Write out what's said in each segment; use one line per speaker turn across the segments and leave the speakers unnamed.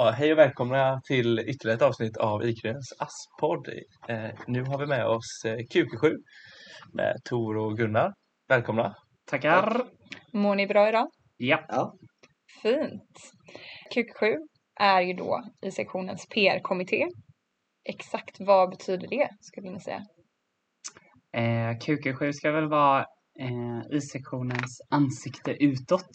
Ja, hej och välkomna till ytterligare ett avsnitt av IQ:s ASS-podd. Nu har vi med oss QQ7 med Tor och Gunnar. Välkomna.
Tackar.
Tack. Mår ni bra idag?
Ja.
Fint. QQ7 är ju då i sektionens PR-kommitté. Exakt vad betyder det, skulle ni säga?
QQ7 ska väl vara i sektionens ansikte utåt.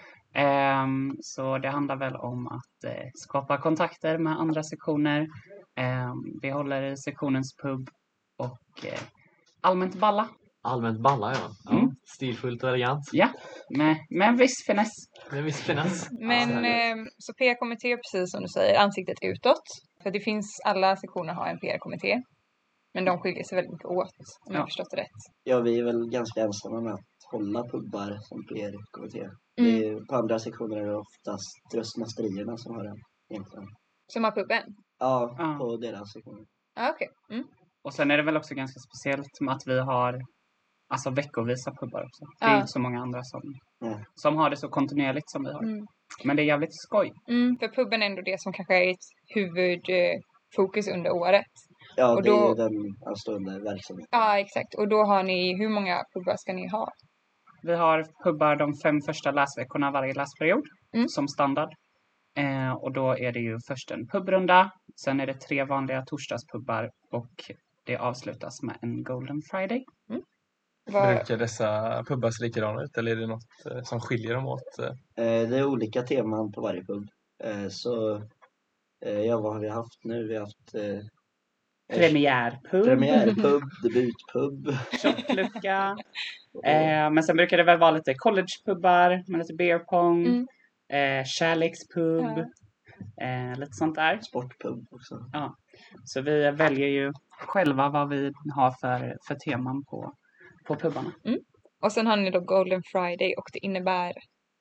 Så det handlar väl om att skapa kontakter med andra sektioner. Vi håller i sektionens pub och allmänt balla.
Allmänt balla, ja.
Mm.
Stilfullt och elegant.
Ja, med en viss finess.
Med en viss finess.
Men så PR-kommitté, precis som du säger, ansiktet utåt. För det finns, alla sektioner har en PR-kommitté. Men de skiljer sig väldigt mycket åt, om jag har förstått det rätt.
Ja, vi är väl ganska ensamma med att hålla pubbar som PR-kommitté. På andra sektioner är det oftast röstmästerierna som har den egentligen.
Som har puben?
Ja,
Ja.
på deras sektioner.
Ja, okej.
Och sen är det väl också ganska speciellt med att vi har alltså veckovisa pubbar också. Det är
Ja.
inte så många andra som har det så kontinuerligt som vi har. Men det är jävligt skoj.
För puben är ändå det som kanske är ett huvudfokus under året.
Ja,
Och
det
då-
är ju den anstående verksamheten.
Ja, exakt. Och då har ni, hur många pubbar ska ni ha?
Vi har pubbar de 5 första läsveckorna varje läsperiod som standard. Och då är det ju först en pubrunda. Sen är det 3 vanliga torsdagspubbar och det avslutas med en Golden Friday.
Brukar dessa pubbar se likadana ut eller är det något som skiljer dem åt?
Det är olika teman på varje pub. Vad har vi haft nu? Vi har haft
Premiärpub.
premiärpub, debutpub.
Tjocklucka. Men sen brukar det väl vara lite collegepubbar med lite beer pong. Kärlekspub. Lite sånt där.
Sportpub också.
Ja. Så vi väljer ju själva vad vi har för teman på pubbarna.
Och sen har ni då Golden Friday och det innebär...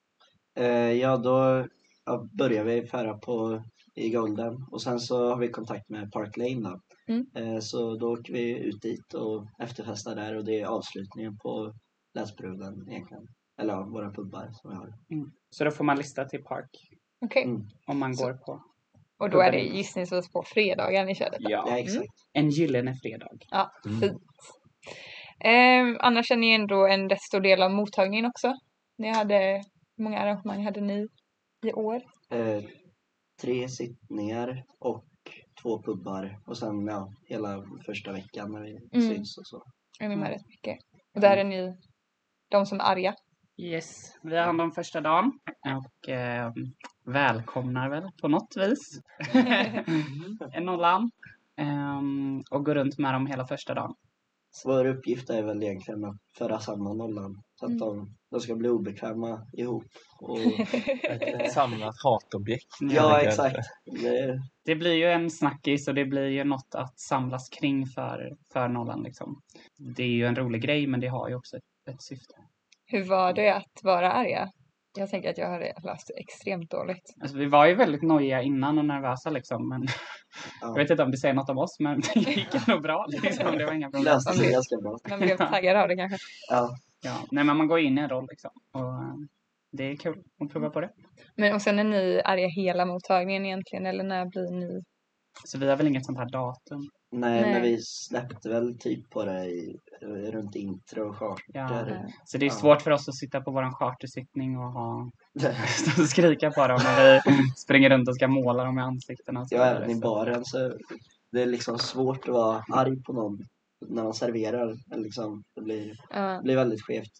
Då börjar vi färra i Golden och sen så har vi kontakt med Park Lane då. Så då åker vi ut dit och efterfestar där och det är avslutningen på läsperioden egentligen. Eller ja, våra pubbar som vi har.
Så då får man lista till Park
Okej.
om man går på
Och då är det gissningsvis på fredagar ni kör detta?
Ja, exakt.
en gyllene fredag.
Ja, fint. Annars är ni ändå en rätt stor del av mottagningen också. Hur många arrangemang hade ni i år?
3 sittningar och 2 pubbar och sen hela första veckan när vi syns och så.
Är ni med rätt mycket? Och där är ni de som är arga.
Yes, vi har hand om första dagen och välkomnar väl på något vis en nollan och går runt med dem hela första dagen.
Vår uppgift är väl egentligen att föra samman nollan så att de ska bli obekväma ihop. Och,
Ett samlat hatobjekt.
ja, exakt.
Det blir ju en snackis och det blir ju något att samlas kring för nollan liksom. Det är ju en rolig grej men det har ju också ett syfte.
Hur var det att vara arga? Jag tänker att jag har läst det extremt dåligt.
Alltså, vi var ju väldigt nojiga innan och nervösa liksom, men jag vet inte om det säger något om oss, men det gick nog bra liksom. Det var inga problem.
Läste det ganska bra.
Man blev taggad av det kanske.
Ja.
Ja, nej, men man går in i en roll liksom och det är kul att prova på det.
Men och sen är ni arga hela mottagningen egentligen, eller när blir ni?
Så vi har väl inget sånt här datum.
Nej, men vi släppte väl typ på det runt intro och charter.
Ja. Så det är svårt för oss att sitta på våran chartersittning och skrika på dem när vi springer runt och ska måla dem i ansiktena.
Ja, även i baren så det är liksom svårt att vara arg på någon när man serverar. Liksom, det blir väldigt skevt.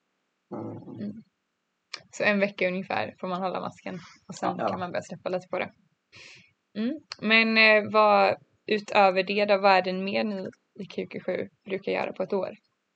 Så en vecka ungefär får man hålla masken och sen
Ja.
kan man börja släppa lite på det. Men vad utöver det då, vad är det mer ni i QQ7 brukar göra på ett år?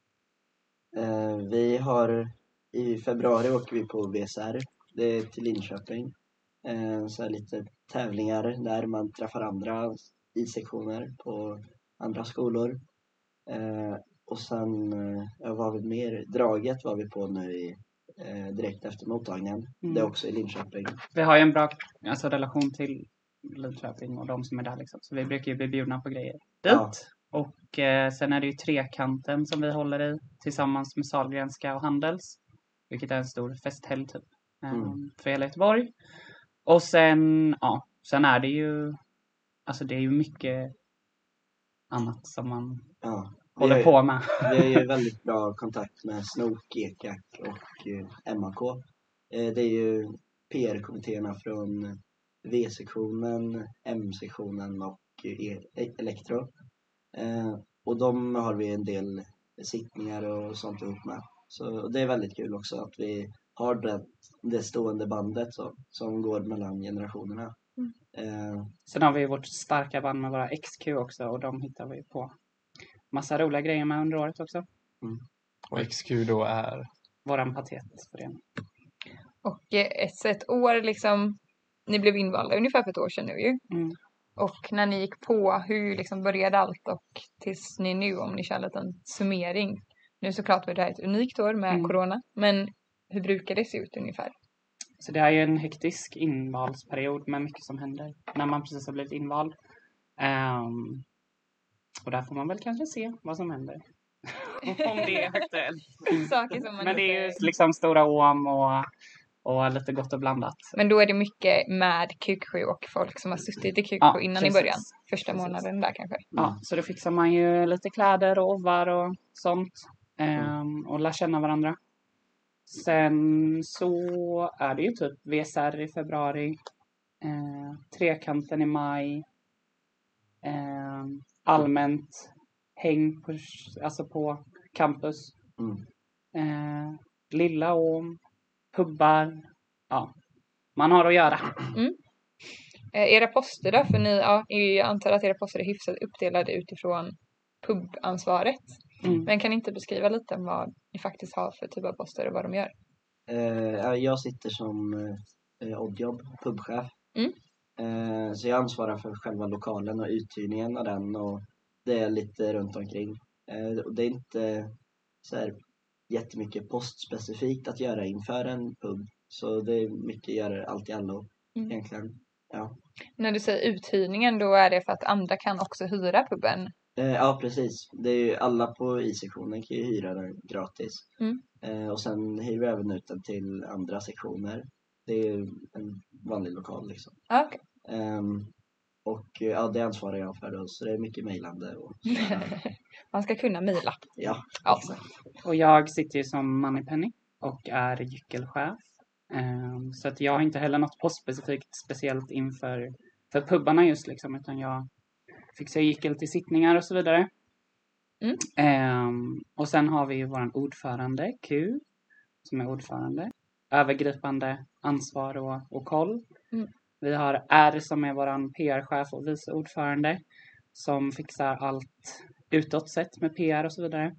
Vi har i februari åker vi på VSR. Det är till Linköping. Så här lite tävlingar där man träffar andra i sektioner på andra skolor. Och sen vad var vi mer? Draget var vi på nu direkt efter mottagningen. Det är också i Linköping.
Vi har ju en bra relation till Linköping och de som är där liksom. Så vi brukar ju bli bjudna på grejer dit.
Ja.
Och sen är det ju Trekanten som vi håller i tillsammans med Sahlgrenska och Handels. Vilket är en stor festhelg typ för hela Göteborg. Och sen Sen är det ju, alltså det är ju mycket annat som man
Ja.
håller på med.
Vi har ju väldigt bra kontakt med SNOK, ECAC och MAK. Det är ju PR-kommittéerna från V-sektionen, M-sektionen och Elektro. Och de har vi en del sittningar och sånt ihop med. Så det är väldigt kul också att vi har det stående bandet som går mellan generationerna.
Sen har vi vårt starka band med våra XQ också, och de hittar vi på massa roliga grejer med under året också.
Och XQ då är?
Våran patetförening.
Och ett år liksom, ni blev invalda ungefär för ett år sedan nu ju. Och när ni gick på, hur liksom började allt och tills ni nu, om ni kör en liten summering. Nu såklart var det här ett unikt år med corona, men hur brukar det se ut ungefär?
Så det är ju en hektisk invalsperiod med mycket som händer när man precis har blivit invald. Och där får man väl kanske se vad som händer. Om det är aktuellt.
Saker som man
Men det är ju
inte...
liksom stora åm och lite gott och blandat.
Men då är det mycket med QQ och folk som har suttit i QQ innan
precis.
i början. Första månaden där kanske.
Ja, så då fixar man ju lite kläder och ovar och sånt. Och lär känna varandra. Sen så är det ju typ VSR i februari. Trekanten i maj. Allmänt häng på campus. Lilla åm. Pubbar. Ja, man har att göra.
Era poster då? För jag antar att era poster är hyfsat uppdelade utifrån pubansvaret. Men kan ni inte beskriva lite om vad ni faktiskt har för typ av poster och vad de gör?
Jag sitter som oddjobb, pubchef. Så jag ansvarar för själva lokalen och uthyrningen av den och det är lite runt omkring. Det är inte så här jättemycket postspecifikt att göra inför en pub. Så det är mycket göra allt i allo egentligen. Ja.
När du säger uthyrningen, då är det för att andra kan också hyra puben?
Ja, precis. Det är ju alla på I-sektionen kan ju hyra den gratis. Och sen hyr vi även ut den till andra sektioner. Det är ju en vanlig lokal liksom.
Okay.
Och det ansvarar jag för då, så det är mycket mejlande.
Man ska kunna mejla.
Ja.
Och jag sitter ju som Moneypenny och är gyckelchef. Så att jag har inte heller något postspecifikt speciellt inför för pubbarna just liksom, utan jag fixar gyckel till sittningar och så vidare. Och sen har vi ju våran ordförande Q som är ordförande. Övergripande ansvar och koll. Vi har R som är våran PR-chef och vice ordförande som fixar allt utåt sett med PR och så vidare.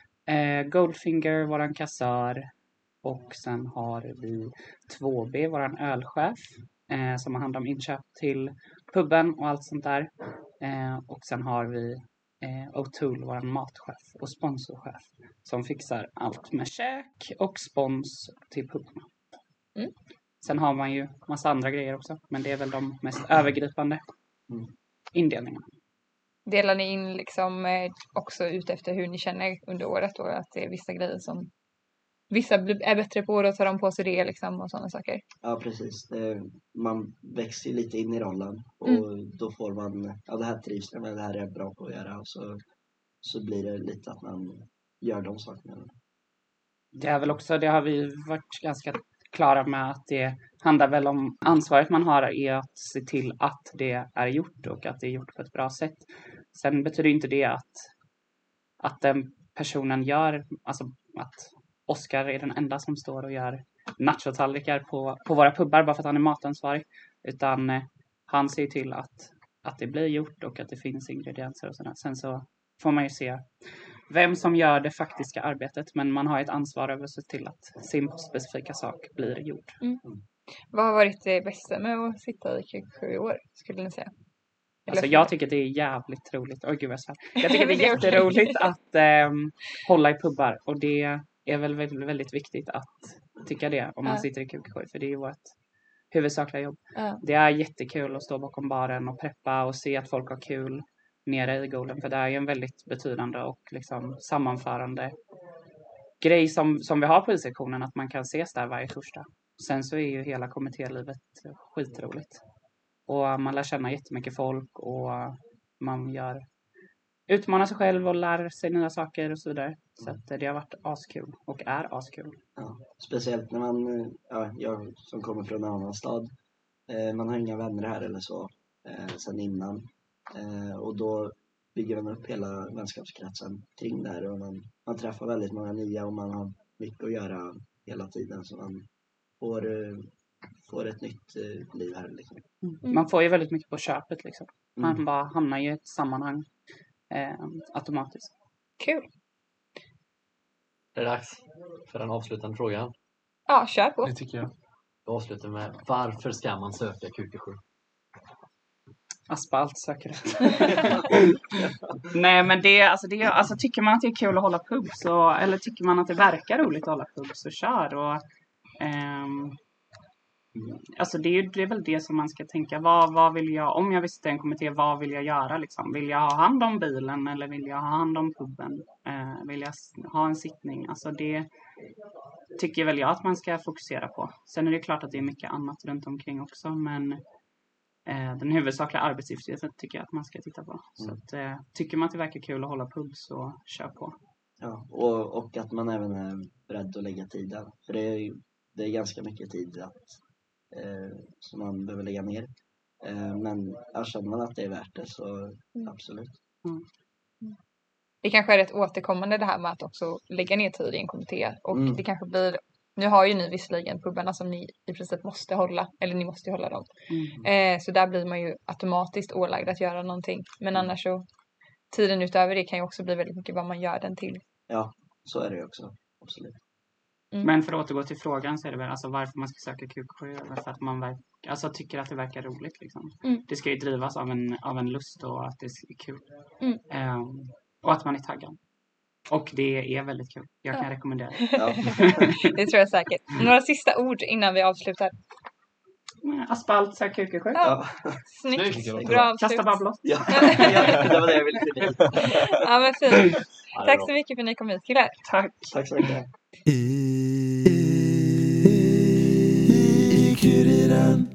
Goldfinger, våran kassör. Och sen har vi 2B, våran ölchef, som har hand om inköp till puben och allt sånt där. Och sen har vi O'Toole, våran matchef och sponsorchef, som fixar allt med käk och spons till pubarna. Sen har man ju massa andra grejer också, men det är väl de mest övergripande indelningarna.
Delar ni in liksom också ut efter hur ni känner under året då, att det är vissa grejer som vissa är bättre på att ta dem på sig det liksom och sådana saker?
Ja, precis. Man växer lite in i rollen och då får man, det här trivs jag med, det här är jag bra på att göra, och så blir det lite att man gör de sakerna.
Det är väl också, det har vi varit ganska klara med, att det handlar väl om ansvaret man har är att se till att det är gjort och att det är gjort på ett bra sätt. Sen betyder inte det att den personen gör, alltså att Oskar är den enda som står och gör nachotallrikar på våra pubbar bara för att han är matansvarig. Utan han ser till att det blir gjort och att det finns ingredienser och sådär. Sen så får man ju se vem som gör det faktiska arbetet. Men man har ett ansvar över att se till att sin specifika sak blir gjord.
Vad har varit det bästa med att sitta i QQ i år, skulle ni säga?
Alltså jag tycker det är jävligt roligt. Oj gud vad jag tycker det är jätteroligt att hålla i pubbar. Och det är väl väldigt, väldigt viktigt att tycka det om man sitter i QQ7. För det är ju vårt huvudsakliga jobb. Det är jättekul att stå bakom baren och preppa och se att folk har kul nere i Golden. För det är ju en väldigt betydande och liksom sammanförande grej som vi har på I-sektionen. Att man kan ses där varje torsdag. Sen så är ju hela kommittélivet skitroligt. Och man lär känna jättemycket folk och man utmanar sig själv och lär sig nya saker och så vidare. Så att det har varit askul och är askul.
Ja, speciellt när jag som kommer från en annan stad, man har inga vänner här eller så sen innan. Och då bygger man upp hela vänskapskretsen kring där och man träffar väldigt många nya och man har mycket att göra hela tiden så man får ett nytt liv här liksom.
Man får ju väldigt mycket på köpet liksom. Man bara hamnar i ett sammanhang automatiskt.
Kul.
Det är dags för den avslutande frågan.
Ja, kör på.
Det tycker jag.
Vi avslutar med varför ska man söka QQ7?
Aspa allt söker rätt. Nej men alltså tycker man att det är kul att hålla pub så, eller tycker man att det verkar roligt att hålla pub så kör. Och alltså det är väl det som man ska tänka. Vad vill jag, om jag visste en kommitté, vad vill jag göra liksom? Vill jag ha hand om bilen eller vill jag ha hand om puben? Vill jag ha en sittning? Alltså det tycker väl jag att man ska fokusera på. Sen är det klart att det är mycket annat runt omkring också, men den huvudsakliga arbetsuppgiften tycker jag att man ska titta på. Så att, tycker man att det verkar kul att hålla pub så kör på.
Ja, och att man även är beredd att lägga tiden. För det är ganska mycket tid som man behöver lägga ner. Men känner man att det är värt det så absolut.
Det kanske är rätt återkommande det här med att också lägga ner tid i en kommitté. Och det kanske blir, nu har ju ni visserligen pubarna som ni i princip måste hålla, eller ni måste hålla dem. Så där blir man ju automatiskt ålagd att göra någonting. Men annars så, tiden utöver det kan ju också bli väldigt mycket vad man gör den till.
Ja, så är det ju också, absolut.
Men för att återgå till frågan så är det väl alltså varför man ska söka QQ7 för att man tycker att det verkar roligt liksom. Det ska ju drivas av en lust och att det är kul. Och att man är taggad. Och det är väldigt kul. Jag kan rekommendera.
Ja.
Det tror jag säkert. Några sista ord innan vi avslutar.
Asfalt så QQ7.
Ja. Snyggt. Bra avslut.
Kasta babblott.
Ja, det var det jag ville säga.
Ja, men fint. Tack så mycket för att ni kom hit, killar.
Tack så mycket.
I could it